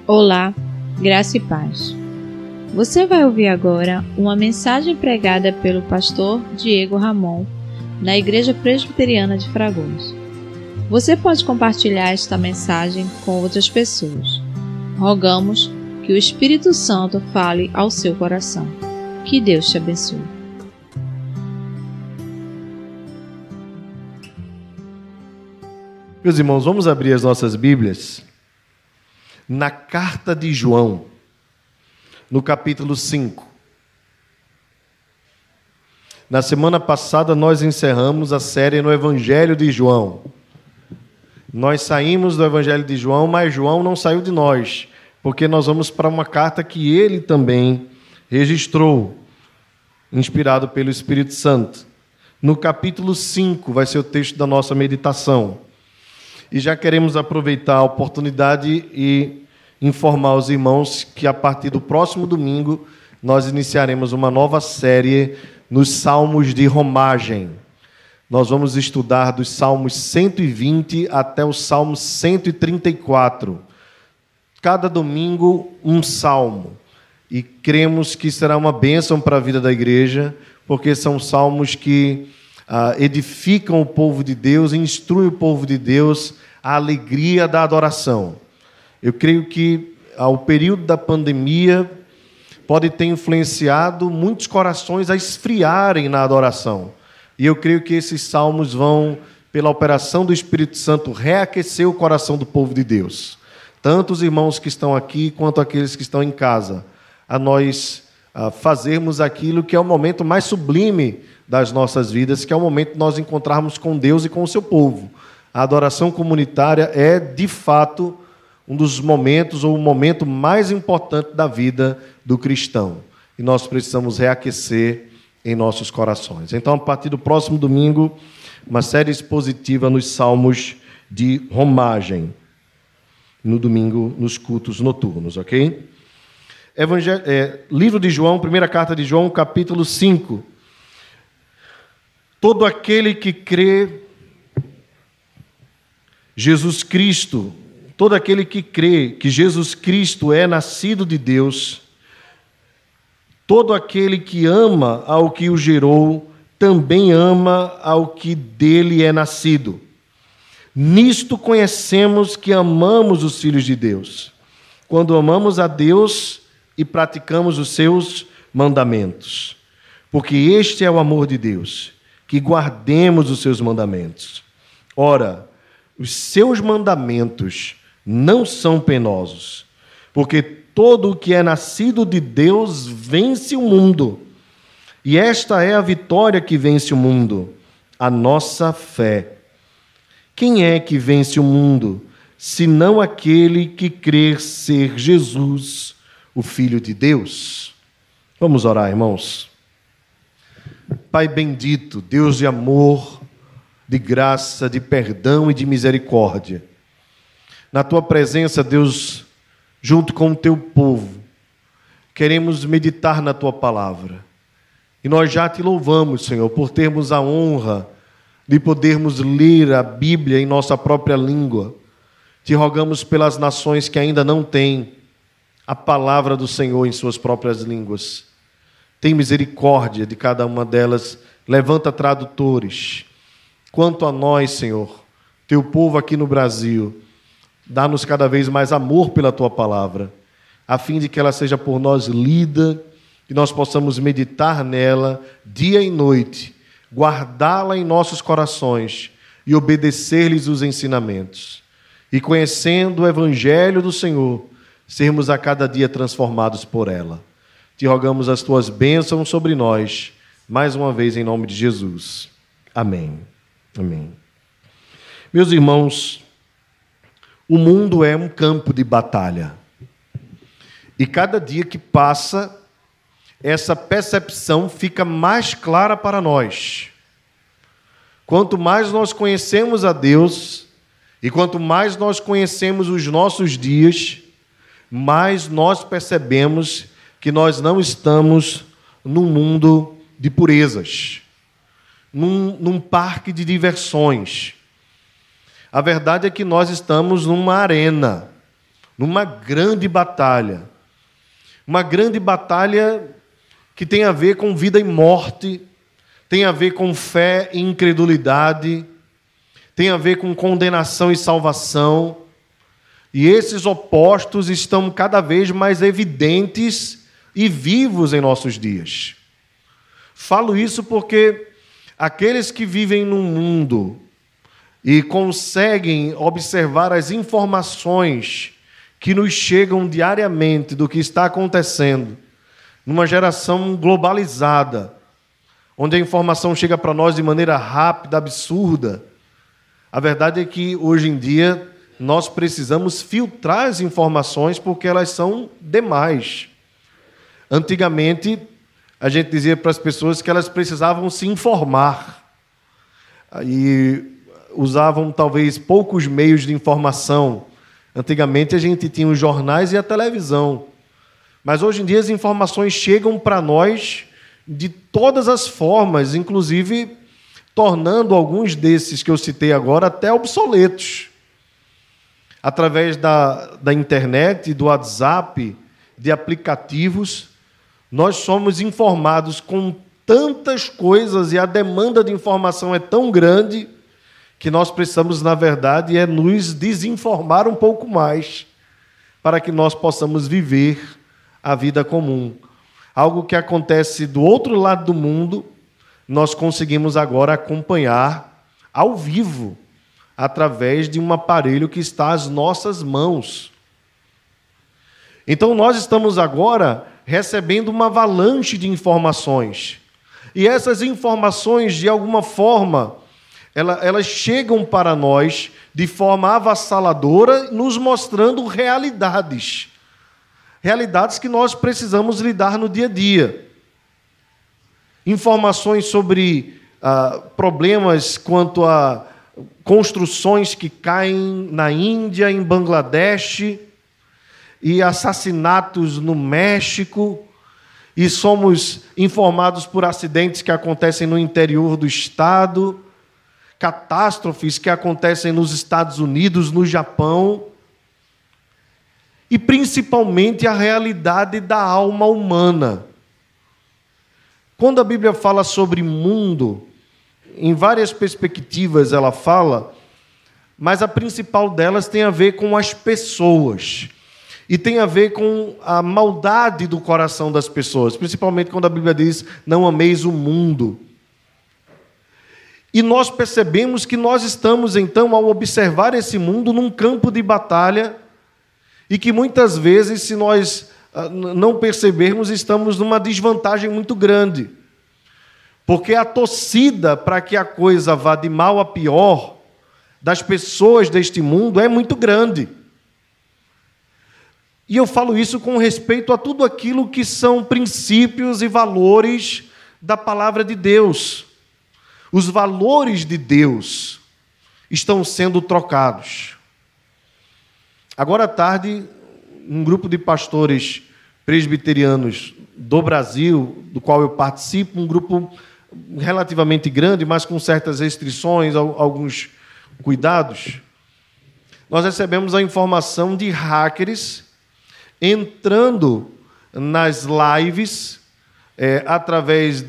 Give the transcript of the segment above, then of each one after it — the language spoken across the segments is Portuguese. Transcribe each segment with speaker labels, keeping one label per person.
Speaker 1: Olá, graça e paz. Você vai ouvir agora uma mensagem pregada pelo pastor Diego Ramon, na Igreja Presbiteriana de Fragoso. Você pode compartilhar esta mensagem com outras pessoas. Rogamos que o Espírito Santo fale ao seu coração. Que Deus te abençoe.
Speaker 2: Meus irmãos, vamos abrir as nossas Bíblias na carta de João, no capítulo 5. Na semana passada nós encerramos a série no Evangelho de João. Nós saímos do Evangelho de João, mas João não saiu de nós, porque nós vamos para uma carta que ele também registrou, inspirado pelo Espírito Santo. No capítulo 5 vai ser o texto da nossa meditação. E já queremos aproveitar a oportunidade e informar os irmãos que a partir do próximo domingo nós iniciaremos uma nova série nos Salmos de Romagem. Nós vamos estudar dos Salmos 120 até o Salmo 134. Cada domingo um salmo. E cremos que será uma bênção para a vida da igreja, porque são salmos que edificam o povo de Deus, instruem o povo de Deus à alegria da adoração. Eu creio que o período da pandemia pode ter influenciado muitos corações a esfriarem na adoração. E eu creio que esses salmos vão, pela operação do Espírito Santo, reaquecer o coração do povo de Deus. Tanto os irmãos que estão aqui, quanto aqueles que estão em casa. A nós fazermos aquilo que é o momento mais sublime das nossas vidas, que é o momento de nós encontrarmos com Deus e com o seu povo. A adoração comunitária é, de fato, um dos momentos, ou o momento mais importante da vida do cristão. E nós precisamos reaquecer em nossos corações. Então, a partir do próximo domingo, uma série expositiva nos Salmos de Romagem. No domingo, nos cultos noturnos, ok? Livro de João, primeira carta de João, capítulo 5. Todo aquele que crê Jesus Cristo, todo aquele que crê que Jesus Cristo é nascido de Deus, todo aquele que ama ao que o gerou, também ama ao que dele é nascido. Nisto conhecemos que amamos os filhos de Deus, quando amamos a Deus e praticamos os seus mandamentos. Porque este é o amor de Deus, que guardemos os seus mandamentos. Ora, os seus mandamentos não são penosos, porque todo o que é nascido de Deus vence o mundo. E esta é a vitória que vence o mundo, a nossa fé. Quem é que vence o mundo, senão aquele que crer ser Jesus, o Filho de Deus? Vamos orar, irmãos. Pai bendito, Deus de amor, de graça, de perdão e de misericórdia, na Tua presença, Deus, junto com o Teu povo, queremos meditar na Tua palavra. E nós já Te louvamos, Senhor, por termos a honra de podermos ler a Bíblia em nossa própria língua. Te rogamos pelas nações que ainda não têm a palavra do Senhor em suas próprias línguas. Tem misericórdia de cada uma delas. Levanta tradutores. Quanto a nós, Senhor, Teu povo aqui no Brasil, dá-nos cada vez mais amor pela Tua palavra, a fim de que ela seja por nós lida, que nós possamos meditar nela dia e noite, guardá-la em nossos corações e obedecer-lhes os ensinamentos. E conhecendo o Evangelho do Senhor, sermos a cada dia transformados por ela. Te rogamos as Tuas bênçãos sobre nós, mais uma vez em nome de Jesus. Amém. Amém. Meus irmãos, o mundo é um campo de batalha. E cada dia que passa, essa percepção fica mais clara para nós. Quanto mais nós conhecemos a Deus, e quanto mais nós conhecemos os nossos dias, mais nós percebemos que nós não estamos num mundo de purezas, num parque de diversões. A verdade é que nós estamos numa arena, numa grande batalha. Uma grande batalha que tem a ver com vida e morte, tem a ver com fé e incredulidade, tem a ver com condenação e salvação. E esses opostos estão cada vez mais evidentes e vivos em nossos dias. Falo isso porque aqueles que vivem num mundo e conseguem observar as informações que nos chegam diariamente do que está acontecendo, numa geração globalizada, onde a informação chega para nós de maneira rápida, absurda, a verdade é que, hoje em dia, nós precisamos filtrar as informações porque elas são demais. Antigamente, a gente dizia para as pessoas que elas precisavam se informar e usavam talvez poucos meios de informação. Antigamente a gente tinha os jornais e a televisão, mas hoje em dia as informações chegam para nós de todas as formas, inclusive tornando alguns desses que eu citei agora até obsoletos. Através da internet, do WhatsApp, de aplicativos, nós somos informados com tantas coisas e a demanda de informação é tão grande que nós precisamos, na verdade, nos desinformar um pouco mais para que nós possamos viver a vida comum. Algo que acontece do outro lado do mundo, nós conseguimos agora acompanhar ao vivo, através de um aparelho que está às nossas mãos. Então, nós estamos agora recebendo uma avalanche de informações. E essas informações, de alguma forma, elas chegam para nós de forma avassaladora, nos mostrando realidades. Realidades que nós precisamos lidar no dia a dia. Informações sobre problemas quanto a construções que caem na Índia, em Bangladesh, e assassinatos no México, e somos informados por acidentes que acontecem no interior do estado, catástrofes que acontecem nos Estados Unidos, no Japão, e principalmente a realidade da alma humana. Quando a Bíblia fala sobre mundo, em várias perspectivas ela fala, mas a principal delas tem a ver com as pessoas. E tem a ver com a maldade do coração das pessoas, principalmente quando a Bíblia diz, não ameis o mundo. E nós percebemos que nós estamos, então, ao observar esse mundo, num campo de batalha, e que muitas vezes, se nós não percebermos, estamos numa desvantagem muito grande. Porque a torcida para que a coisa vá de mal a pior das pessoas deste mundo é muito grande. E eu falo isso com respeito a tudo aquilo que são princípios e valores da palavra de Deus. Os valores de Deus estão sendo trocados. Agora à tarde, um grupo de pastores presbiterianos do Brasil, do qual eu participo, um grupo relativamente grande, mas com certas restrições, alguns cuidados, nós recebemos a informação de hackers entrando nas lives através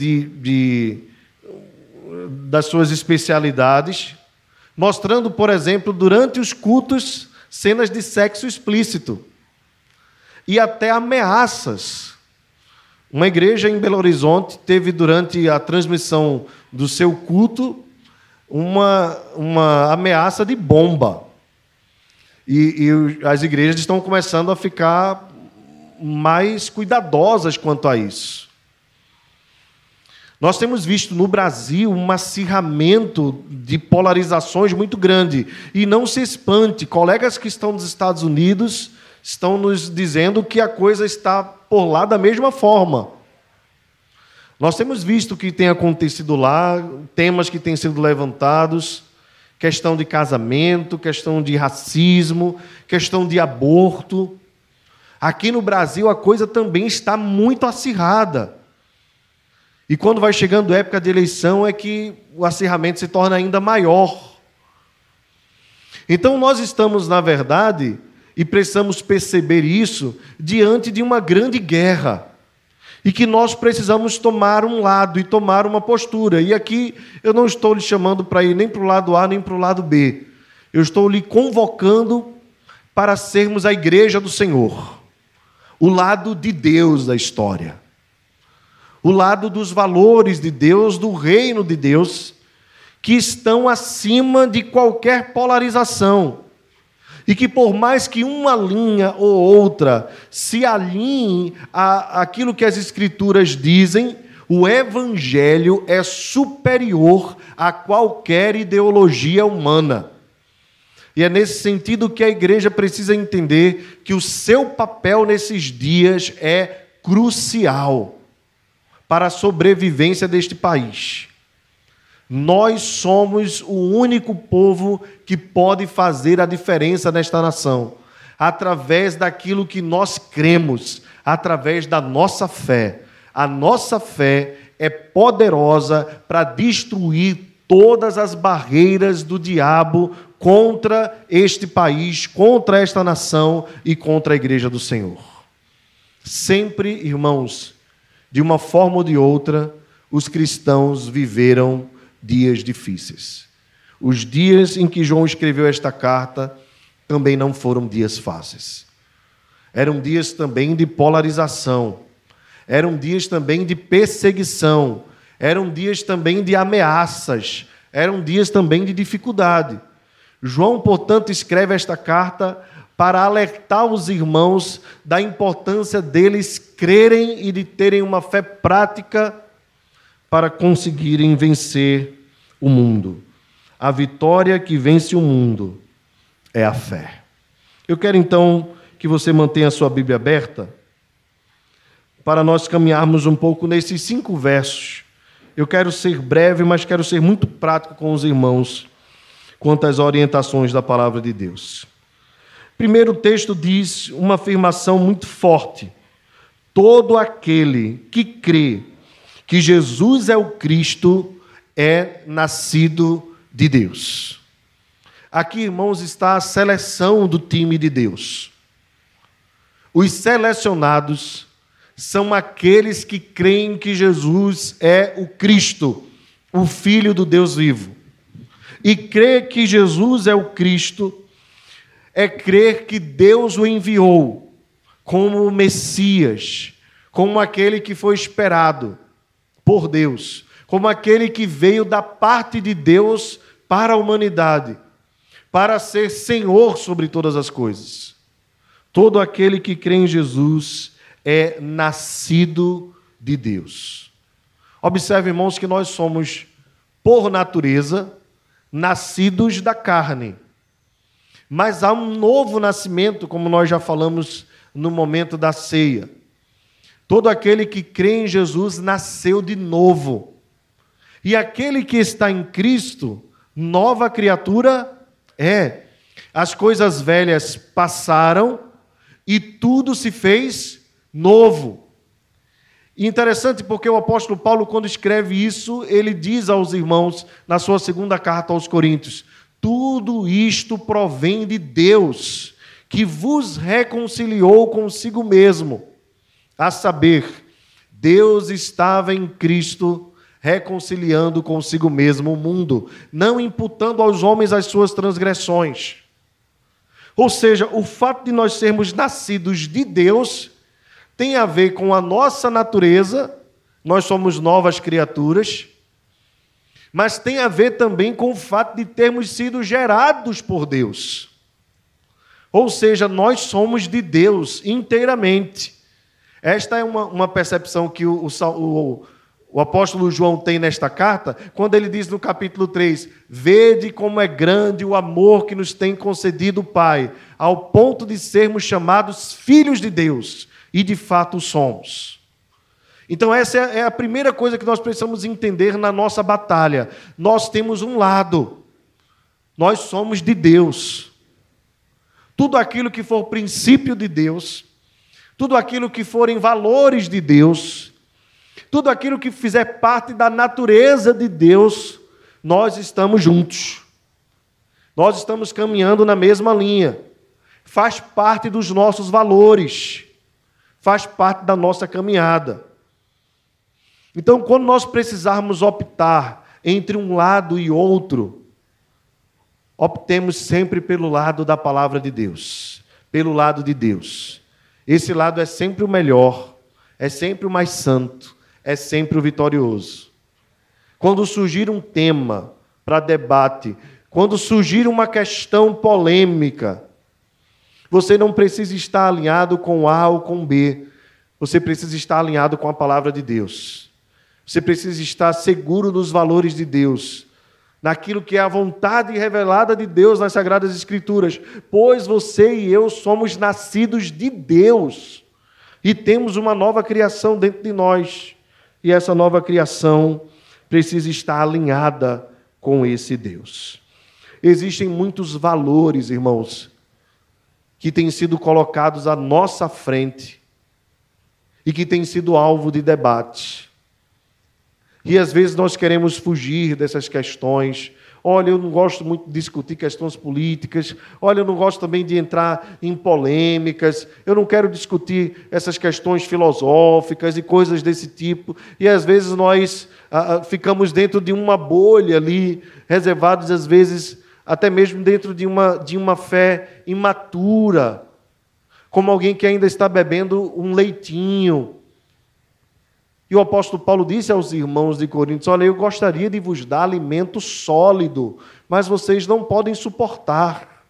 Speaker 2: das suas especialidades, mostrando, por exemplo, durante os cultos, cenas de sexo explícito e até ameaças. Uma igreja em Belo Horizonte teve, durante a transmissão do seu culto, uma ameaça de bomba. E as igrejas estão começando a ficar mais cuidadosas quanto a isso. Nós temos visto no Brasil um acirramento de polarizações muito grande. E não se espante, colegas que estão nos Estados Unidos estão nos dizendo que a coisa está por lá da mesma forma. Nós temos visto o que tem acontecido lá, temas que têm sido levantados, questão de casamento, questão de racismo, questão de aborto. Aqui no Brasil a coisa também está muito acirrada. E quando vai chegando a época de eleição é que o acirramento se torna ainda maior. Então nós estamos, na verdade, e precisamos perceber isso diante de uma grande guerra. E que nós precisamos tomar um lado e tomar uma postura. E aqui eu não estou lhe chamando para ir nem para o lado A nem para o lado B. Eu estou lhe convocando para sermos a igreja do Senhor. O lado de Deus da história. O lado dos valores de Deus, do reino de Deus, que estão acima de qualquer polarização. E que por mais que uma linha ou outra se alinhe àquilo que as Escrituras dizem, o Evangelho é superior a qualquer ideologia humana. E é nesse sentido que a igreja precisa entender que o seu papel nesses dias é crucial para a sobrevivência deste país. Nós somos o único povo que pode fazer a diferença nesta nação, através daquilo que nós cremos, através da nossa fé. A nossa fé é poderosa para destruir todas as barreiras do diabo contra este país, contra esta nação e contra a igreja do Senhor. Sempre, irmãos, de uma forma ou de outra, os cristãos viveram dias difíceis. Os dias em que João escreveu esta carta também não foram dias fáceis. Eram dias também de polarização. Eram dias também de perseguição. Eram dias também de ameaças. Eram dias também de dificuldade. João, portanto, escreve esta carta para alertar os irmãos da importância deles crerem e de terem uma fé prática para conseguirem vencer o mundo. A vitória que vence o mundo é a fé. Eu quero então que você mantenha a sua Bíblia aberta para nós caminharmos um pouco nesses 5 versos. Eu quero ser breve, mas quero ser muito prático com os irmãos quanto às orientações da palavra de Deus. Primeiro, o texto diz uma afirmação muito forte: todo aquele que crê que Jesus é o Cristo é nascido de Deus. Aqui, irmãos, está a seleção do time de Deus. Os selecionados são aqueles que creem que Jesus é o Cristo, o Filho do Deus vivo. E crer que Jesus é o Cristo é crer que Deus o enviou como o Messias, como aquele que foi esperado por Deus, como aquele que veio da parte de Deus para a humanidade, para ser Senhor sobre todas as coisas. Todo aquele que crê em Jesus é nascido de Deus. Observe, irmãos, que nós somos, por natureza, nascidos da carne. Mas há um novo nascimento, como nós já falamos no momento da ceia. Todo aquele que crê em Jesus nasceu de novo. E aquele que está em Cristo, nova criatura é. As coisas velhas passaram e tudo se fez novo. E interessante porque o apóstolo Paulo, quando escreve isso, ele diz aos irmãos, na sua segunda carta aos Coríntios: tudo isto provém de Deus, que vos reconciliou consigo mesmo. A saber, Deus estava em Cristo reconciliando consigo mesmo o mundo, não imputando aos homens as suas transgressões. Ou seja, o fato de nós sermos nascidos de Deus tem a ver com a nossa natureza, nós somos novas criaturas, mas tem a ver também com o fato de termos sido gerados por Deus. Ou seja, nós somos de Deus inteiramente. Esta é uma percepção que o apóstolo João tem nesta carta, quando ele diz no capítulo 3, vede como é grande o amor que nos tem concedido o Pai, ao ponto de sermos chamados filhos de Deus, e de fato somos. Então essa é a primeira coisa que nós precisamos entender na nossa batalha. Nós temos um lado, nós somos de Deus. Tudo aquilo que for princípio de Deus, tudo aquilo que forem valores de Deus, tudo aquilo que fizer parte da natureza de Deus, nós estamos juntos. Nós estamos caminhando na mesma linha. faz parte dos nossos valores, faz parte da nossa caminhada. Então, quando nós precisarmos optar entre um lado e outro, optemos sempre pelo lado da palavra de Deus, pelo lado de Deus. Esse lado é sempre o melhor, é sempre o mais santo, é sempre o vitorioso. Quando surgir um tema para debate, quando surgir uma questão polêmica, você não precisa estar alinhado com A ou com B, você precisa estar alinhado com a palavra de Deus. Você precisa estar seguro dos valores de Deus, naquilo que é a vontade revelada de Deus nas Sagradas Escrituras, pois você e eu somos nascidos de Deus e temos uma nova criação dentro de nós, e essa nova criação precisa estar alinhada com esse Deus. Existem muitos valores, irmãos, que têm sido colocados à nossa frente e que têm sido alvo de debate. E às vezes nós queremos fugir dessas questões. Olha, eu não gosto muito de discutir questões políticas. Olha, eu não gosto também de entrar em polêmicas. Eu não quero discutir essas questões filosóficas e coisas desse tipo. E às vezes nós ficamos dentro de uma bolha ali, reservados às vezes até mesmo dentro de uma fé imatura, como alguém que ainda está bebendo um leitinho. E o apóstolo Paulo disse aos irmãos de Coríntios: olha, eu gostaria de vos dar alimento sólido, mas vocês não podem suportar.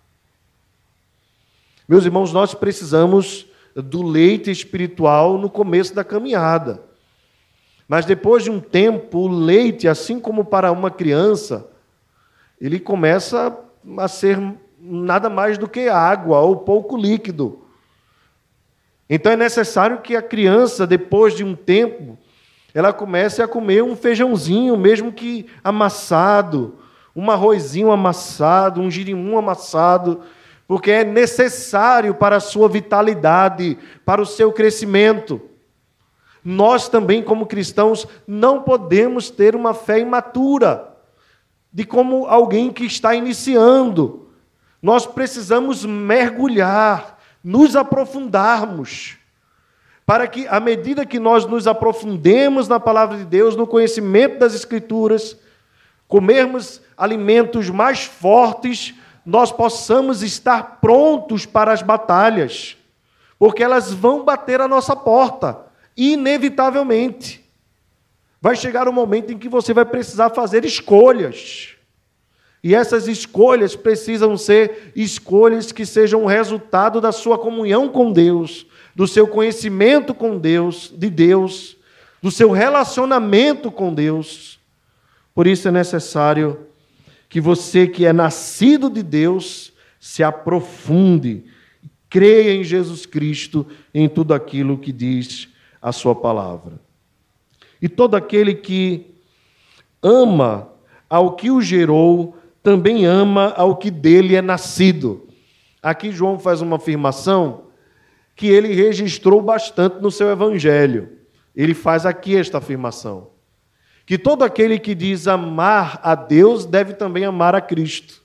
Speaker 2: Meus irmãos, nós precisamos do leite espiritual no começo da caminhada. Mas depois de um tempo, o leite, assim como para uma criança, ele começa a ser nada mais do que água ou pouco líquido. Então é necessário que a criança, depois de um tempo, ela comece a comer um feijãozinho, mesmo que amassado, um arrozinho amassado, um girimum amassado, porque é necessário para a sua vitalidade, para o seu crescimento. Nós também, como cristãos, não podemos ter uma fé imatura, de como alguém que está iniciando. Nós precisamos mergulhar, nos aprofundarmos, para que, à medida que nós nos aprofundemos na palavra de Deus, no conhecimento das Escrituras, comermos alimentos mais fortes, nós possamos estar prontos para as batalhas, porque elas vão bater a nossa porta, inevitavelmente. Vai chegar um momento em que você vai precisar fazer escolhas. E essas escolhas precisam ser escolhas que sejam resultado da sua comunhão com Deus, do seu conhecimento com Deus, de Deus, do seu relacionamento com Deus. Por isso é necessário que você que é nascido de Deus se aprofunde, creia em Jesus Cristo, em tudo aquilo que diz a sua palavra. E todo aquele que ama ao que o gerou, também ama ao que dele é nascido. Aqui João faz uma afirmação que ele registrou bastante no seu evangelho. Ele faz aqui esta afirmação: que todo aquele que diz amar a Deus deve também amar a Cristo.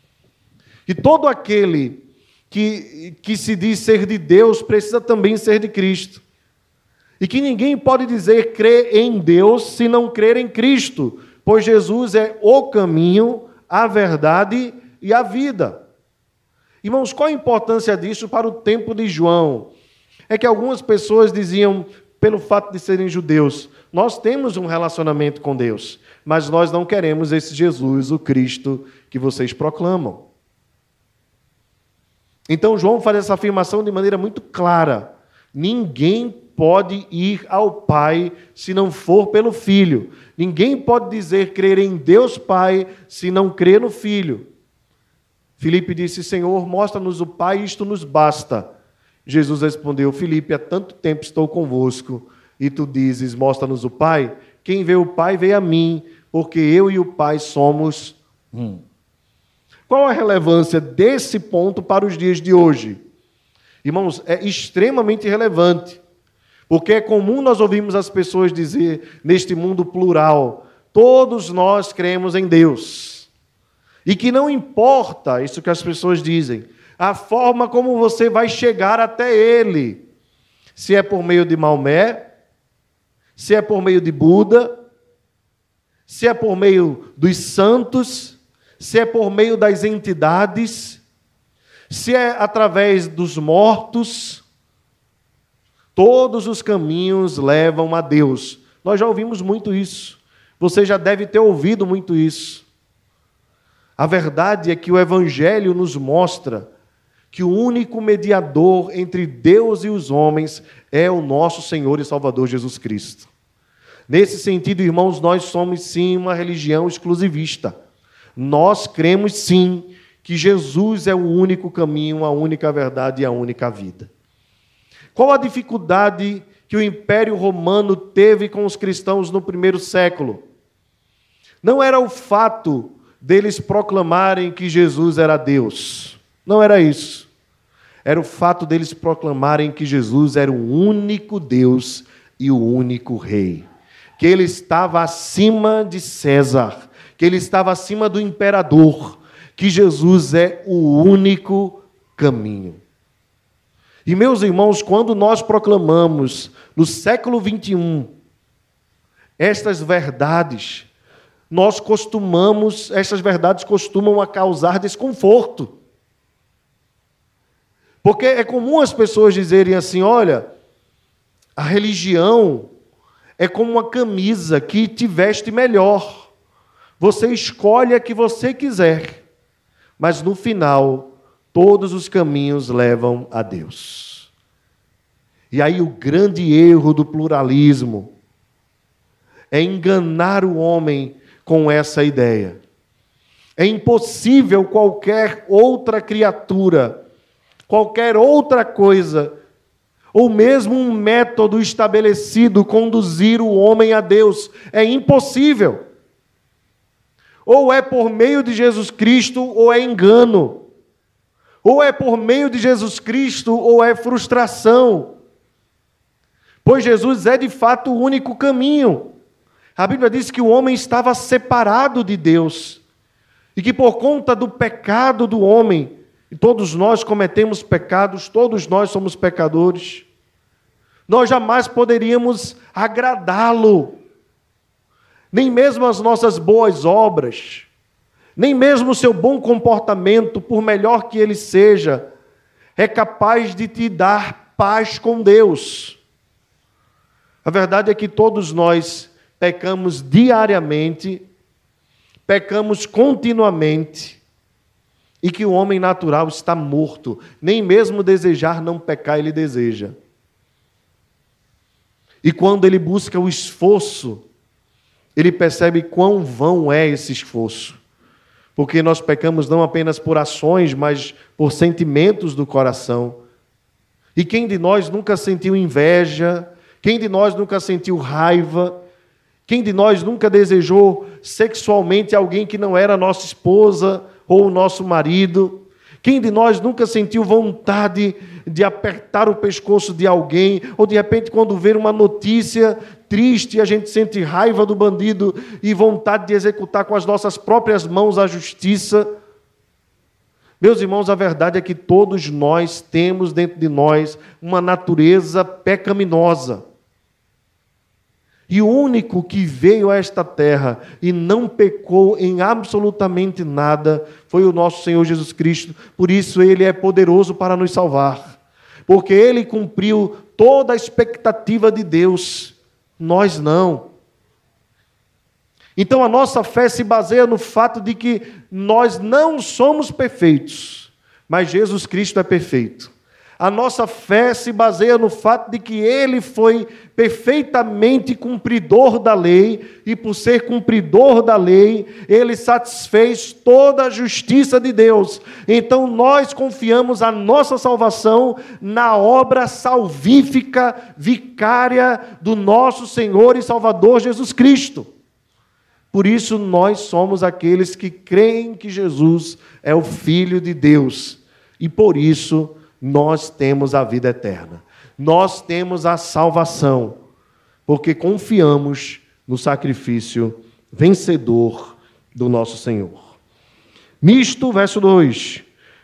Speaker 2: E todo aquele que se diz ser de Deus precisa também ser de Cristo. E que ninguém pode dizer crer em Deus se não crer em Cristo, pois Jesus é o caminho, a verdade e a vida. Irmãos, qual a importância disso para o tempo de João? É que algumas pessoas diziam, pelo fato de serem judeus, nós temos um relacionamento com Deus, mas nós não queremos esse Jesus, o Cristo, que vocês proclamam. Então João faz essa afirmação de maneira muito clara: ninguém pode ir ao Pai se não for pelo Filho. Ninguém pode dizer crer em Deus Pai se não crer no Filho. Filipe disse: Senhor, mostra-nos o Pai, isto nos basta. Jesus respondeu: Filipe, há tanto tempo estou convosco, e tu dizes, mostra-nos o Pai? Quem vê o Pai, vê a mim, porque eu e o Pai somos um. Qual a relevância desse ponto para os dias de hoje? Irmãos, é extremamente relevante. Porque é comum nós ouvirmos as pessoas dizer, neste mundo plural, todos nós cremos em Deus. E que não importa isso que as pessoas dizem, a forma como você vai chegar até Ele. Se é por meio de Maomé, se é por meio de Buda, se é por meio dos santos, se é por meio das entidades, se é através dos mortos, todos os caminhos levam a Deus. Nós já ouvimos muito isso. Você já deve ter ouvido muito isso. A verdade é que o Evangelho nos mostra que o único mediador entre Deus e os homens é o nosso Senhor e Salvador Jesus Cristo. Nesse sentido, irmãos, nós somos sim uma religião exclusivista. Nós cremos sim que Jesus é o único caminho, a única verdade e a única vida. Qual a dificuldade que o Império Romano teve com os cristãos no primeiro século? Não era o fato deles proclamarem que Jesus era Deus. Não era isso. Era o fato deles proclamarem que Jesus era o único Deus e o único Rei. Que Ele estava acima de César, que Ele estava acima do imperador, que Jesus é o único caminho. E, meus irmãos, quando nós proclamamos no século 21 estas verdades, estas verdades costumam a causar desconforto. Porque é comum as pessoas dizerem assim, olha, a religião é como uma camisa que te veste melhor. Você escolhe a que você quiser, mas no final, todos os caminhos levam a Deus. E aí o grande erro do pluralismo é enganar o homem com essa ideia. É impossível qualquer outra criatura, qualquer outra coisa, ou mesmo um método estabelecido conduzir o homem a Deus. É impossível. Ou é por meio de Jesus Cristo, ou é engano. Ou é por meio de Jesus Cristo, ou é frustração. Pois Jesus é de fato o único caminho. A Bíblia diz que o homem estava separado de Deus. E que por conta do pecado do homem, e todos nós cometemos pecados, todos nós somos pecadores, nós jamais poderíamos agradá-lo. Nem mesmo as nossas boas obras, nem mesmo o seu bom comportamento, por melhor que ele seja, é capaz de te dar paz com Deus. A verdade é que todos nós pecamos diariamente, pecamos continuamente, e que o homem natural está morto. Nem mesmo desejar não pecar, ele deseja. E quando ele busca o esforço, ele percebe quão vão é esse esforço. Porque nós pecamos não apenas por ações, mas por sentimentos do coração. E quem de nós nunca sentiu inveja? Quem de nós nunca sentiu raiva? Quem de nós nunca desejou sexualmente alguém que não era nossa esposa ou nosso marido? Quem de nós nunca sentiu vontade de apertar o pescoço de alguém? Ou de repente, quando vê uma notícia triste, a gente sente raiva do bandido e vontade de executar com as nossas próprias mãos a justiça? Meus irmãos, a verdade é que todos nós temos dentro de nós uma natureza pecaminosa. E o único que veio a esta terra e não pecou em absolutamente nada foi o nosso Senhor Jesus Cristo. Por isso Ele é poderoso para nos salvar. Porque Ele cumpriu toda a expectativa de Deus. Nós não. Então a nossa fé se baseia no fato de que nós não somos perfeitos, mas Jesus Cristo é perfeito. A nossa fé se baseia no fato de que Ele foi perfeitamente cumpridor da lei, e por ser cumpridor da lei, Ele satisfez toda a justiça de Deus. Então nós confiamos a nossa salvação na obra salvífica, vicária do nosso Senhor e Salvador Jesus Cristo. Por isso nós somos aqueles que creem que Jesus é o Filho de Deus, e por isso nós temos a vida eterna. Nós temos a salvação, porque confiamos no sacrifício vencedor do nosso Senhor. Nisto, verso 2,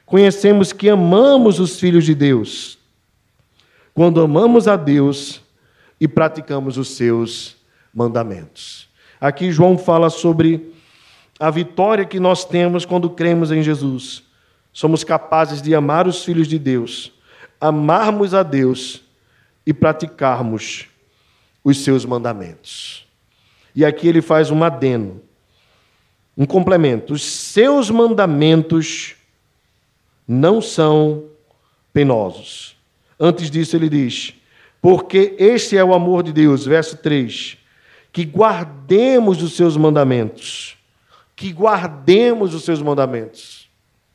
Speaker 2: conhecemos que amamos os filhos de Deus, quando amamos a Deus e praticamos os seus mandamentos. Aqui João fala sobre a vitória que nós temos quando cremos em Jesus. Somos capazes de amar os filhos de Deus, amarmos a Deus e praticarmos os seus mandamentos. E aqui ele faz um adendo, um complemento. Os seus mandamentos não são penosos. Antes disso ele diz, porque este é o amor de Deus, verso 3, que guardemos os seus mandamentos. Que guardemos os seus mandamentos.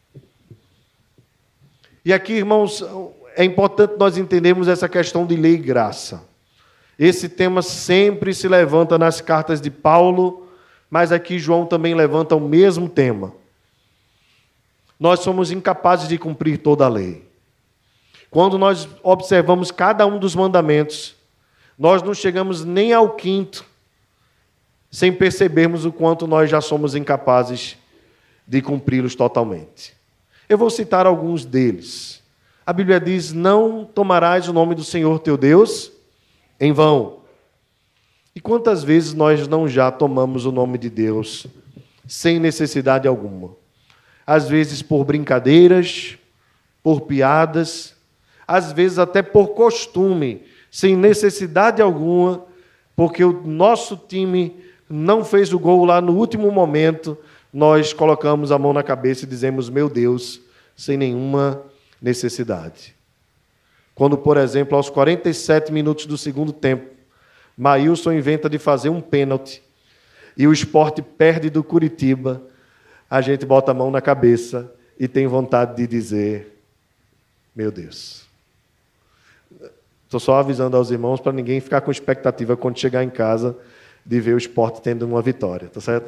Speaker 2: E aqui, irmãos, é importante nós entendermos essa questão de lei e graça. Esse tema sempre se levanta nas cartas de Paulo, mas aqui João também levanta o mesmo tema. Nós somos incapazes de cumprir toda a lei. Quando nós observamos cada um dos mandamentos, nós não chegamos nem ao quinto, sem percebermos o quanto nós já somos incapazes de cumpri-los totalmente. Eu vou citar alguns deles. A Bíblia diz, não tomarás o nome do Senhor teu Deus em vão. E quantas vezes nós não já tomamos o nome de Deus sem necessidade alguma? Às vezes por brincadeiras, por piadas, às vezes até por costume, sem necessidade alguma, porque o nosso time não fez o gol lá no último momento, nós colocamos a mão na cabeça e dizemos, meu Deus, sem nenhuma necessidade. Quando, por exemplo, aos 47 minutos do segundo tempo, Maílson inventa de fazer um pênalti e o Sport perde do Curitiba, a gente bota a mão na cabeça e tem vontade de dizer, meu Deus. Estou só avisando aos irmãos para ninguém ficar com expectativa quando chegar em casa de ver o Sport tendo uma vitória, tá certo?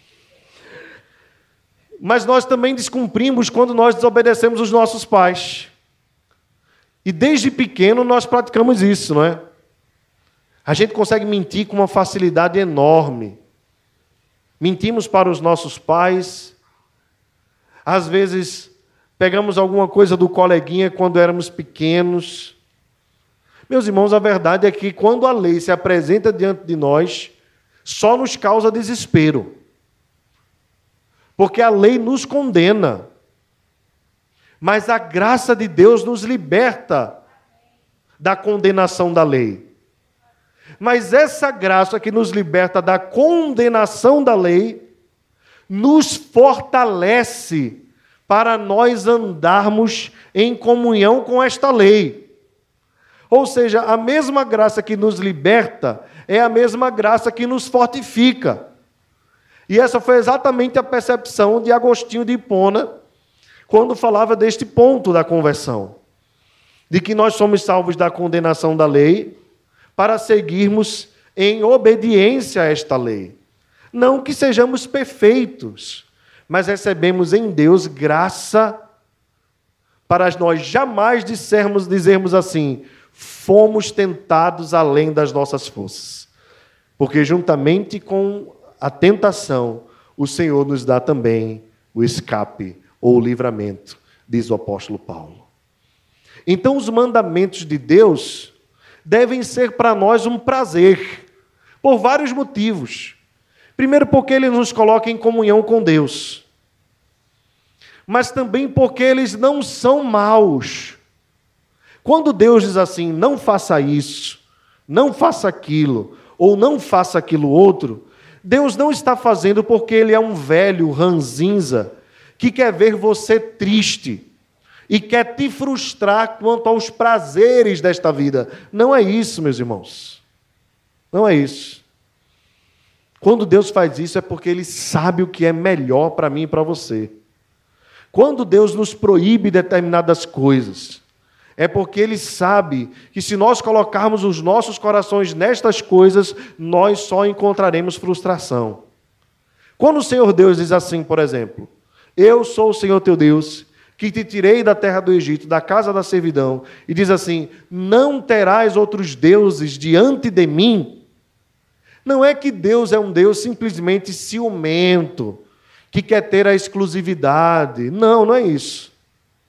Speaker 2: Mas nós também descumprimos quando nós desobedecemos os nossos pais. E desde pequeno nós praticamos isso, não é? A gente consegue mentir com uma facilidade enorme. Mentimos para os nossos pais. Às vezes pegamos alguma coisa do coleguinha quando éramos pequenos. Meus irmãos, a verdade é que quando a lei se apresenta diante de nós, só nos causa desespero. Porque a lei nos condena. Mas a graça de Deus nos liberta da condenação da lei. Mas essa graça que nos liberta da condenação da lei, nos fortalece para nós andarmos em comunhão com esta lei. Ou seja, a mesma graça que nos liberta é a mesma graça que nos fortifica. E essa foi exatamente a percepção de Agostinho de Hipona, quando falava deste ponto da conversão, de que nós somos salvos da condenação da lei para seguirmos em obediência a esta lei. Não que sejamos perfeitos, mas recebemos em Deus graça para nós jamais dizermos assim, fomos tentados além das nossas forças. Porque juntamente com a tentação, o Senhor nos dá também o escape ou o livramento, diz o apóstolo Paulo. Então, os mandamentos de Deus devem ser para nós um prazer, por vários motivos. Primeiro, porque ele nos coloca em comunhão com Deus. Mas também porque eles não são maus. Quando Deus diz assim, não faça isso, não faça aquilo, ou não faça aquilo outro, Deus não está fazendo porque ele é um velho ranzinza que quer ver você triste e quer te frustrar quanto aos prazeres desta vida. Não é isso, meus irmãos. Não é isso. Quando Deus faz isso é porque ele sabe o que é melhor para mim e para você. Quando Deus nos proíbe determinadas coisas, é porque ele sabe que se nós colocarmos os nossos corações nestas coisas, nós só encontraremos frustração. Quando o Senhor Deus diz assim, por exemplo, eu sou o Senhor teu Deus, que te tirei da terra do Egito, da casa da servidão, e diz assim, não terás outros deuses diante de mim. Não é que Deus é um Deus simplesmente ciumento, que quer ter a exclusividade. Não, não é isso.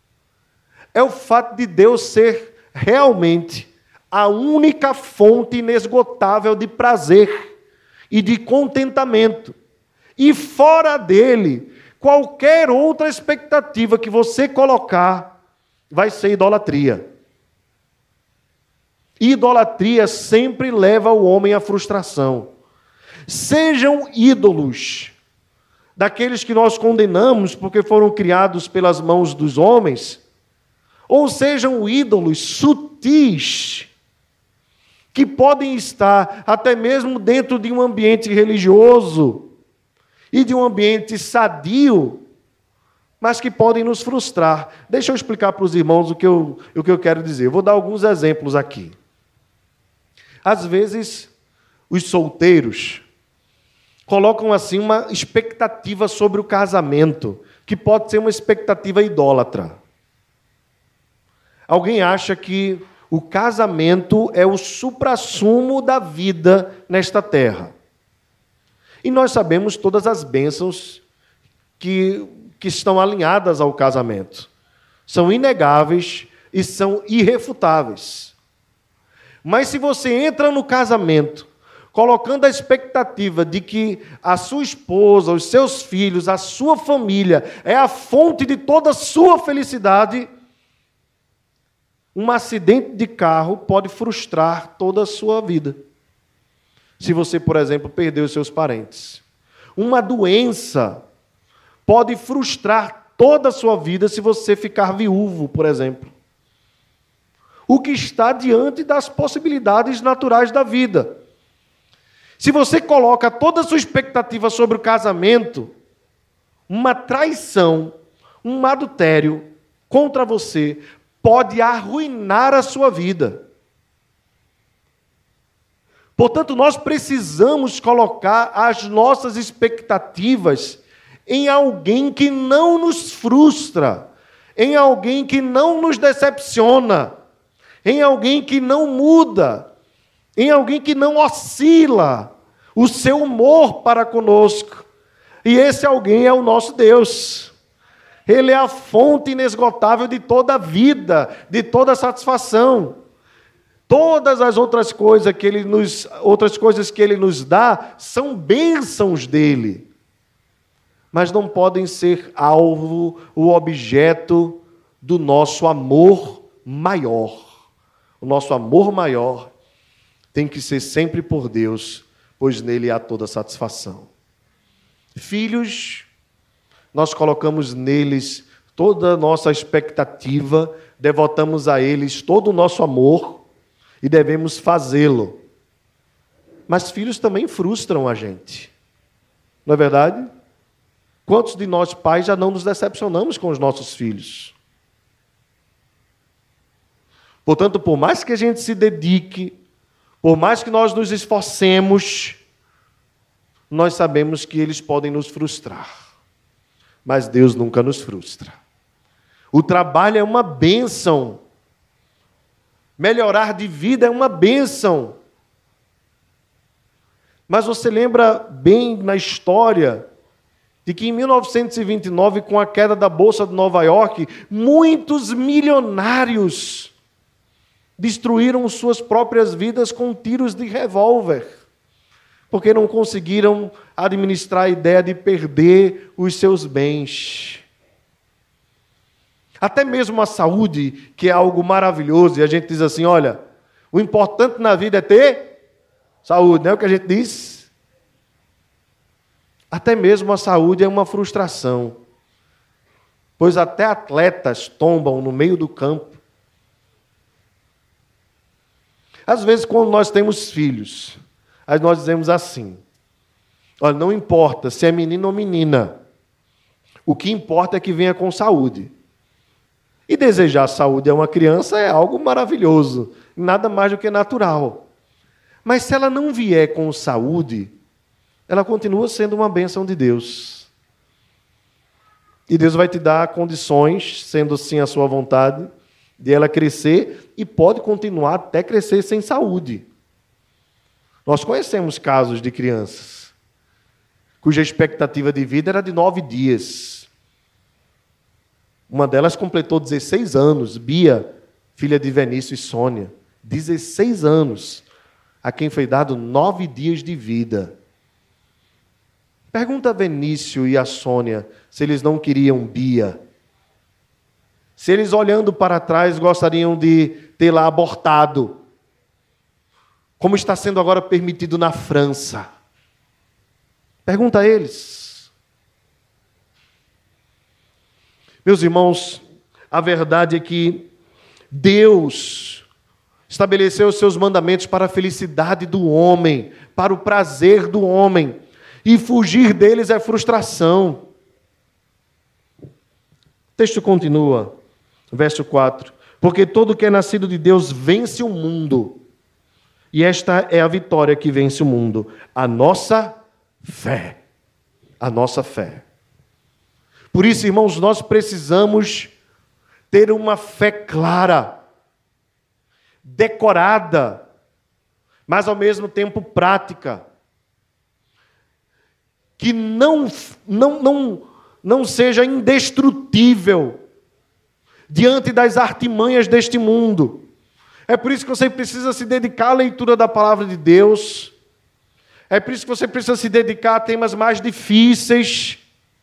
Speaker 2: é o fato de Deus ser realmente a única fonte inesgotável de prazer e de contentamento. E fora dele, qualquer outra expectativa que você colocar vai ser idolatria. Idolatria sempre leva o homem à frustração. Sejam ídolos daqueles que nós condenamos porque foram criados pelas mãos dos homens, ou sejam ídolos sutis, que podem estar até mesmo dentro de um ambiente religioso e de um ambiente sadio, mas que podem nos frustrar. Deixa eu explicar para os irmãos o que eu quero dizer. Eu vou dar alguns exemplos aqui. Às vezes, os solteiros colocam assim uma expectativa sobre o casamento, que pode ser uma expectativa idólatra. Alguém acha que o casamento é o suprassumo da vida nesta terra. E nós sabemos todas as bênçãos que estão alinhadas ao casamento. São inegáveis e são irrefutáveis. Mas se você entra no casamento colocando a expectativa de que a sua esposa, os seus filhos, a sua família é a fonte de toda a sua felicidade, um acidente de carro pode frustrar toda a sua vida. Se você, por exemplo, perdeu os seus parentes. Uma doença pode frustrar toda a sua vida se você ficar viúvo, por exemplo. O que está diante das possibilidades naturais da vida. Se você coloca toda a sua expectativa sobre o casamento, uma traição, um adultério contra você pode arruinar a sua vida. Portanto, nós precisamos colocar as nossas expectativas em alguém que não nos frustra, em alguém que não nos decepciona, em alguém que não muda, em alguém que não oscila o seu humor para conosco. E esse alguém é o nosso Deus. Ele é a fonte inesgotável de toda a vida, de toda a satisfação. Todas as outras coisas que Ele nos dá são bênçãos dele. Mas não podem ser alvo, o objeto do nosso amor maior. O nosso amor maior tem que ser sempre por Deus, pois nele há toda satisfação. Filhos, nós colocamos neles toda a nossa expectativa, devotamos a eles todo o nosso amor e devemos fazê-lo. Mas filhos também frustram a gente. Não é verdade? Quantos de nós pais já não nos decepcionamos com os nossos filhos? Portanto, por mais que a gente se dedique, por mais que nós nos esforcemos, nós sabemos que eles podem nos frustrar. Mas Deus nunca nos frustra. O trabalho é uma bênção. Melhorar de vida é uma bênção. Mas você lembra bem na história de que em 1929, com a queda da Bolsa de Nova York, muitos milionários destruíram suas próprias vidas com tiros de revólver, porque não conseguiram administrar a ideia de perder os seus bens. Até mesmo a saúde, que é algo maravilhoso, e a gente diz assim, olha, o importante na vida é ter saúde, não é o que a gente diz? Até mesmo a saúde é uma frustração, pois até atletas tombam no meio do campo. Às vezes, quando nós temos filhos, aí nós dizemos assim, olha, não importa se é menino ou menina, o que importa é que venha com saúde. E desejar saúde a uma criança é algo maravilhoso, nada mais do que natural. Mas se ela não vier com saúde, ela continua sendo uma bênção de Deus. E Deus vai te dar condições, sendo assim a sua vontade, de ela crescer e pode continuar até crescer sem saúde. Nós conhecemos casos de crianças cuja expectativa de vida era de 9 dias. Uma delas completou 16 anos, Bia, filha de Vinícius e Sônia. 16 anos, a quem foi dado 9 dias de vida. Pergunta a Vinícius e a Sônia se eles não queriam Bia. Se eles, olhando para trás, gostariam de tê-la abortado, como está sendo agora permitido na França. Pergunta a eles. Meus irmãos, a verdade é que Deus estabeleceu os seus mandamentos para a felicidade do homem, para o prazer do homem, e fugir deles é frustração. O texto continua, verso 4. Porque todo que é nascido de Deus vence o mundo, e esta é a vitória que vence o mundo, a nossa fé. A nossa fé. Por isso, irmãos, nós precisamos ter uma fé clara, decorada, mas ao mesmo tempo prática, que não seja indestrutível diante das artimanhas deste mundo. É por isso que você precisa se dedicar à leitura da palavra de Deus. É por isso que você precisa se dedicar a temas mais difíceis,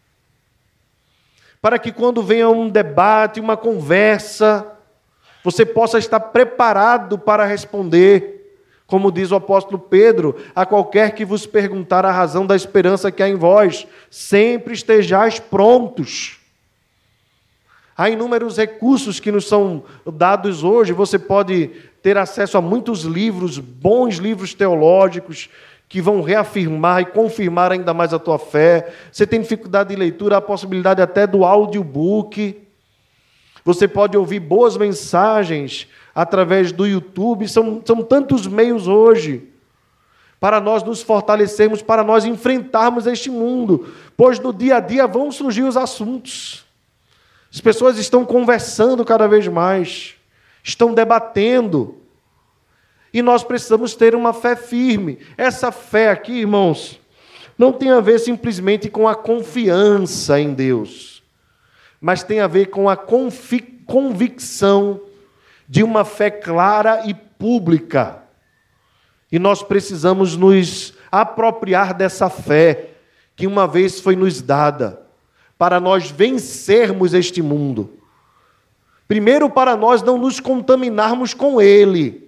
Speaker 2: para que quando venha um debate, uma conversa, você possa estar preparado para responder, como diz o apóstolo Pedro, a qualquer que vos perguntar a razão da esperança que há em vós, sempre estejais prontos. Há inúmeros recursos que nos são dados hoje, você pode ter acesso a muitos livros, bons livros teológicos, que vão reafirmar e confirmar ainda mais a tua fé. Você tem dificuldade de leitura, há a possibilidade até do audiobook. Você pode ouvir boas mensagens através do YouTube. São tantos meios hoje para nós nos fortalecermos, para nós enfrentarmos este mundo. Pois no dia a dia vão surgir os assuntos. As pessoas estão conversando cada vez mais, estão debatendo. E nós precisamos ter uma fé firme. Essa fé aqui, irmãos, não tem a ver simplesmente com a confiança em Deus, mas tem a ver com a convicção de uma fé clara e pública. E nós precisamos nos apropriar dessa fé que uma vez foi nos dada, para nós vencermos este mundo. Primeiro, para nós não nos contaminarmos com ele.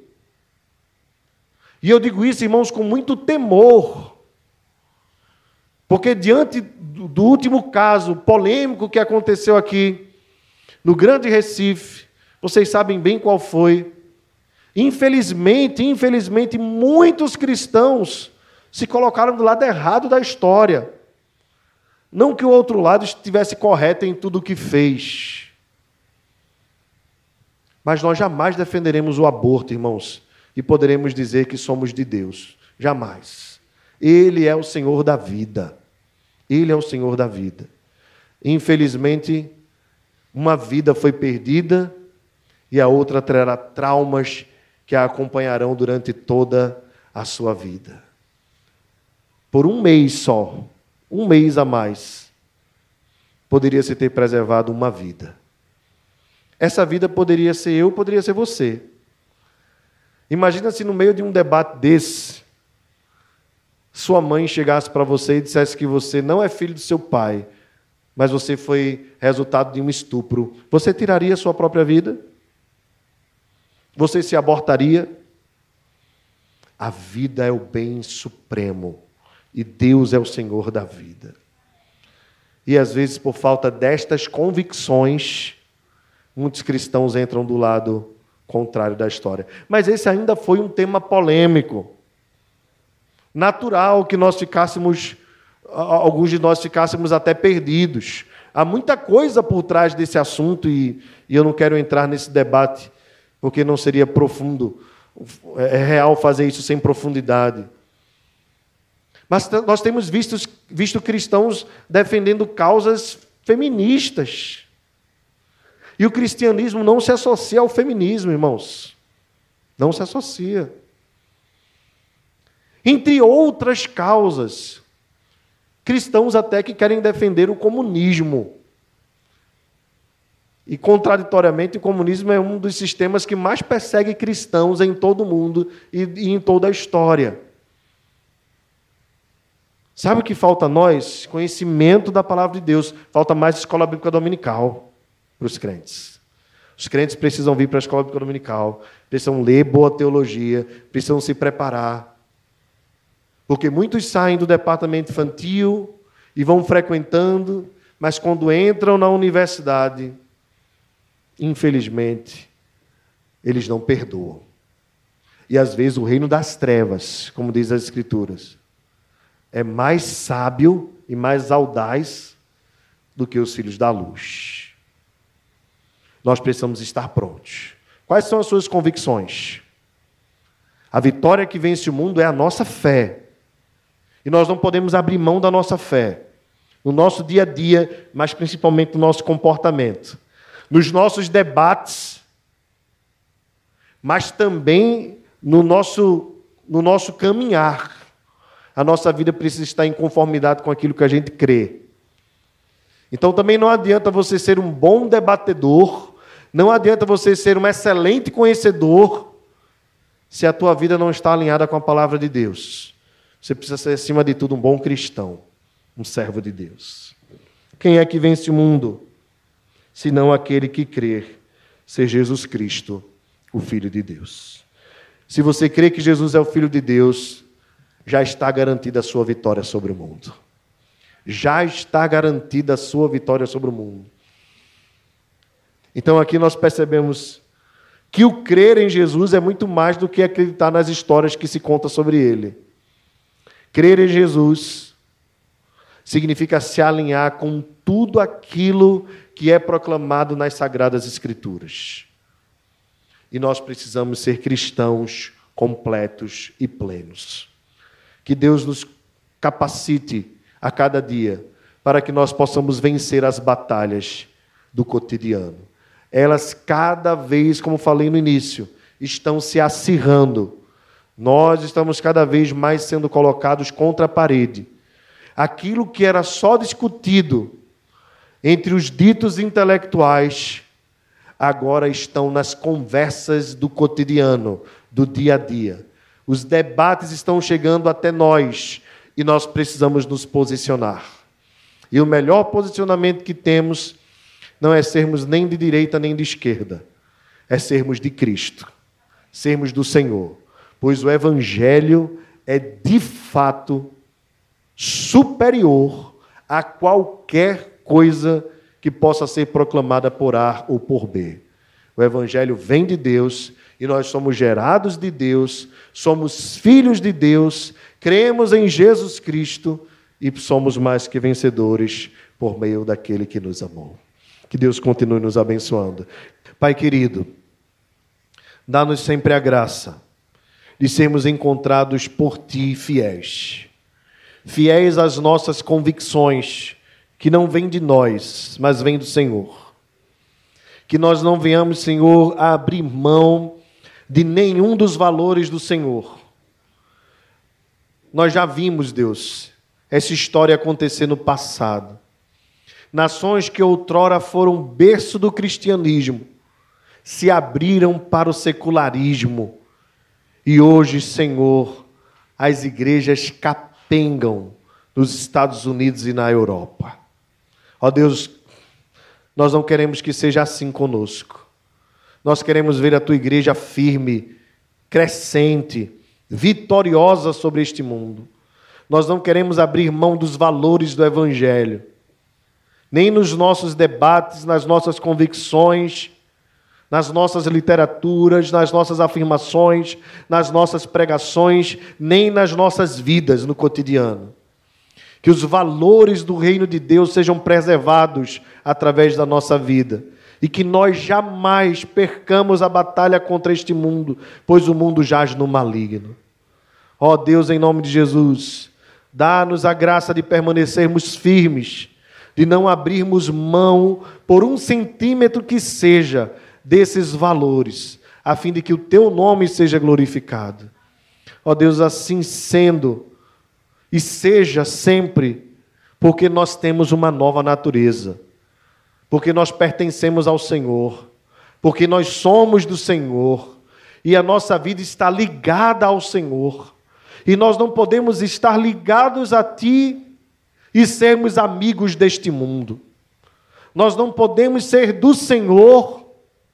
Speaker 2: E eu digo isso, irmãos, com muito temor, porque diante do último caso polêmico que aconteceu aqui, no Grande Recife, vocês sabem bem qual foi. Infelizmente, muitos cristãos se colocaram do lado errado da história. Não que o outro lado estivesse correto em tudo o que fez. Mas nós jamais defenderemos o aborto, irmãos, e poderemos dizer que somos de Deus. Jamais. Ele é o Senhor da vida. Ele é o Senhor da vida. Infelizmente, uma vida foi perdida e a outra trará traumas que a acompanharão durante toda a sua vida. Por um mês só, um mês a mais, poderia se ter preservado uma vida. Essa vida poderia ser eu, poderia ser você. Imagina se no meio de um debate desse, sua mãe chegasse para você e dissesse que você não é filho do seu pai, mas você foi resultado de um estupro. Você tiraria a sua própria vida? Você se abortaria? A vida é o bem supremo e Deus é o Senhor da vida. E às vezes, por falta destas convicções, muitos cristãos entram do lado contrário da história. Mas esse ainda foi um tema polêmico. Natural que nós ficássemos, alguns de nós ficássemos até perdidos. Há muita coisa por trás desse assunto e eu não quero entrar nesse debate, porque não seria profundo. É real fazer isso sem profundidade. Mas nós temos visto cristãos defendendo causas feministas. E o cristianismo não se associa ao feminismo, irmãos. Não se associa. Entre outras causas, cristãos até que querem defender o comunismo. E, contraditoriamente, o comunismo é um dos sistemas que mais persegue cristãos em todo o mundo e em toda a história. Sabe o que falta a nós? Conhecimento da palavra de Deus. Falta mais escola bíblica dominical para os crentes. Os crentes precisam vir para a escola bíblica dominical, precisam ler boa teologia, precisam se preparar. Porque muitos saem do departamento infantil e vão frequentando, mas quando entram na universidade, infelizmente, eles não perdoam. E às vezes o reino das trevas, como diz as Escrituras, é mais sábio e mais audaz do que os filhos da luz. Nós precisamos estar prontos. Quais são as suas convicções? A vitória que vence o mundo é a nossa fé. E nós não podemos abrir mão da nossa fé. No nosso dia a dia, mas principalmente no nosso comportamento. Nos nossos debates, mas também no nosso caminhar. A nossa vida precisa estar em conformidade com aquilo que a gente crê. Então também não adianta você ser um bom debatedor, não adianta você ser um excelente conhecedor, se a tua vida não está alinhada com a palavra de Deus. Você precisa ser, acima de tudo, um bom cristão, um servo de Deus. Quem é que vence o mundo? Senão aquele que crer ser Jesus Cristo, o Filho de Deus. Se você crê que Jesus é o Filho de Deus, já está garantida a sua vitória sobre o mundo. Já está garantida a sua vitória sobre o mundo. Então aqui nós percebemos que o crer em Jesus é muito mais do que acreditar nas histórias que se contam sobre ele. Crer em Jesus significa se alinhar com tudo aquilo que é proclamado nas Sagradas Escrituras. E nós precisamos ser cristãos completos e plenos. Que Deus nos capacite a cada dia para que nós possamos vencer as batalhas do cotidiano. Elas cada vez, como falei no início, estão se acirrando. Nós estamos cada vez mais sendo colocados contra a parede. Aquilo que era só discutido entre os ditos intelectuais, agora estão nas conversas do cotidiano, do dia a dia. Os debates estão chegando até nós e nós precisamos nos posicionar. E o melhor posicionamento que temos não é sermos nem de direita nem de esquerda, é sermos de Cristo, sermos do Senhor, pois o Evangelho é de fato superior a qualquer coisa que possa ser proclamada por A ou por B. O Evangelho vem de Deus e nós somos gerados de Deus, somos filhos de Deus, cremos em Jesus Cristo e somos mais que vencedores por meio daquele que nos amou. Que Deus continue nos abençoando. Pai querido, dá-nos sempre a graça de sermos encontrados por Ti fiéis. Fiéis às nossas convicções, que não vêm de nós, mas vêm do Senhor. Que nós não venhamos, Senhor, a abrir mão de nenhum dos valores do Senhor. Nós já vimos, Deus, essa história acontecer no passado. Nações que outrora foram berço do cristianismo se abriram para o secularismo. E hoje, Senhor, as igrejas capengam nos Estados Unidos e na Europa. Ó Deus, nós não queremos que seja assim conosco. Nós queremos ver a Tua igreja firme, crescente, vitoriosa sobre este mundo. Nós não queremos abrir mão dos valores do Evangelho, nem nos nossos debates, nas nossas convicções, nas nossas literaturas, nas nossas afirmações, nas nossas pregações, nem nas nossas vidas no cotidiano. Que os valores do reino de Deus sejam preservados através da nossa vida. E que nós jamais percamos a batalha contra este mundo, pois o mundo jaz no maligno. Ó Deus, em nome de Jesus, dá-nos a graça de permanecermos firmes, de não abrirmos mão por 1 centímetro que seja desses valores, a fim de que o Teu nome seja glorificado. Ó Deus, assim sendo, e seja sempre, porque nós temos uma nova natureza. porque nós pertencemos ao Senhor, porque nós somos do Senhor, e a nossa vida está ligada ao Senhor, e nós não podemos estar ligados a Ti e sermos amigos deste mundo. Nós não podemos ser do Senhor,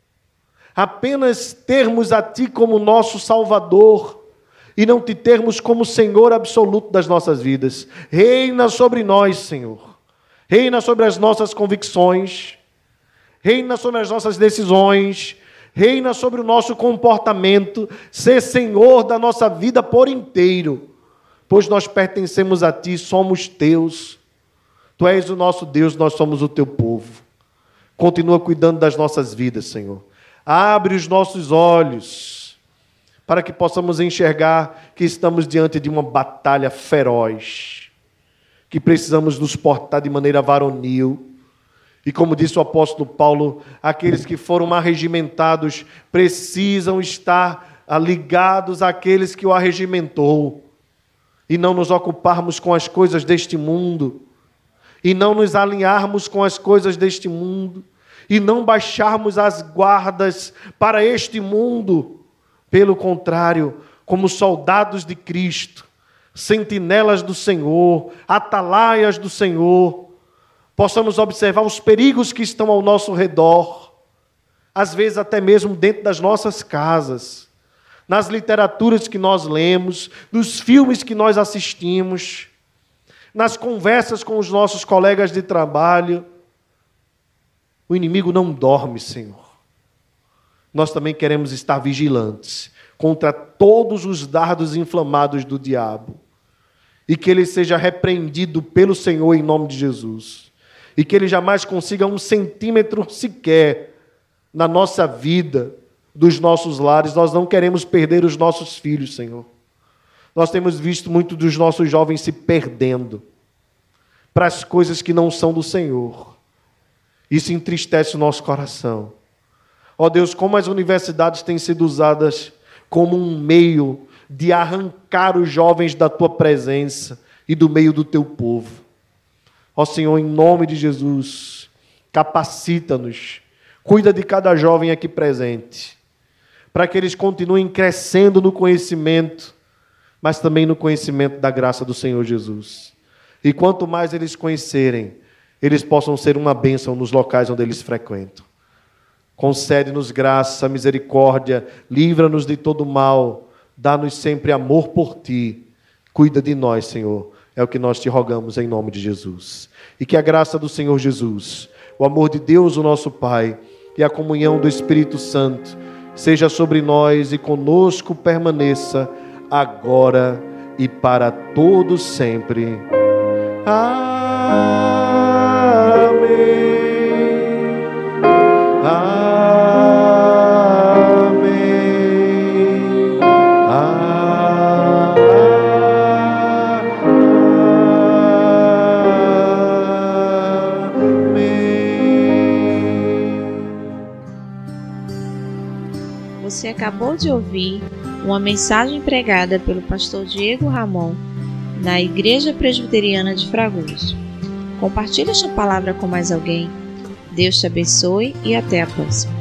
Speaker 2: apenas termos a Ti como nosso Salvador e não Te termos como Senhor absoluto das nossas vidas. Reina sobre nós, Senhor. Reina sobre as nossas convicções, reina sobre as nossas decisões, reina sobre o nosso comportamento, ser Senhor da nossa vida por inteiro, pois nós pertencemos a Ti, somos Teus. Tu és o nosso Deus, nós somos o Teu povo. Continua cuidando das nossas vidas, Senhor. Abre os nossos olhos para que possamos enxergar que estamos diante de uma batalha feroz, que precisamos nos portar de maneira varonil. E como disse o apóstolo Paulo, aqueles que foram arregimentados precisam estar ligados àqueles que o arregimentou, e não nos ocuparmos com as coisas deste mundo, e não nos alinharmos com as coisas deste mundo, e não baixarmos as guardas para este mundo. Pelo contrário, como soldados de Cristo, sentinelas do Senhor, atalaias do Senhor, possamos observar os perigos que estão ao nosso redor, às vezes até mesmo dentro das nossas casas, nas literaturas que nós lemos, nos filmes que nós assistimos, nas conversas com os nossos colegas de trabalho. O inimigo não dorme, Senhor. Nós também queremos estar vigilantes contra todos os dardos inflamados do diabo, e que ele seja repreendido pelo Senhor em nome de Jesus, e que ele jamais consiga 1 centímetro sequer na nossa vida, dos nossos lares. Nós não queremos perder os nossos filhos, Senhor. Nós temos visto muito dos nossos jovens se perdendo para as coisas que não são do Senhor. Isso entristece o nosso coração. Ó Deus, como as universidades têm sido usadas como um meio de arrancar os jovens da Tua presença e do meio do Teu povo. Ó Senhor, em nome de Jesus, capacita-nos, cuida de cada jovem aqui presente, para que eles continuem crescendo no conhecimento, mas também no conhecimento da graça do Senhor Jesus. E quanto mais eles conhecerem, eles possam ser uma bênção nos locais onde eles frequentam. Concede-nos graça, misericórdia, livra-nos de todo mal, dá-nos sempre amor por Ti. Cuida de nós, Senhor. É o que nós Te rogamos em nome de Jesus. E que a graça do Senhor Jesus, o amor de Deus, o nosso Pai, e a comunhão do Espírito Santo seja sobre nós e conosco permaneça agora e para todos sempre. Amém.
Speaker 1: Você acabou de ouvir uma mensagem pregada pelo pastor Diego Ramon na Igreja Presbiteriana de Fragoso. Compartilhe esta palavra com mais alguém. Deus te abençoe e até a próxima.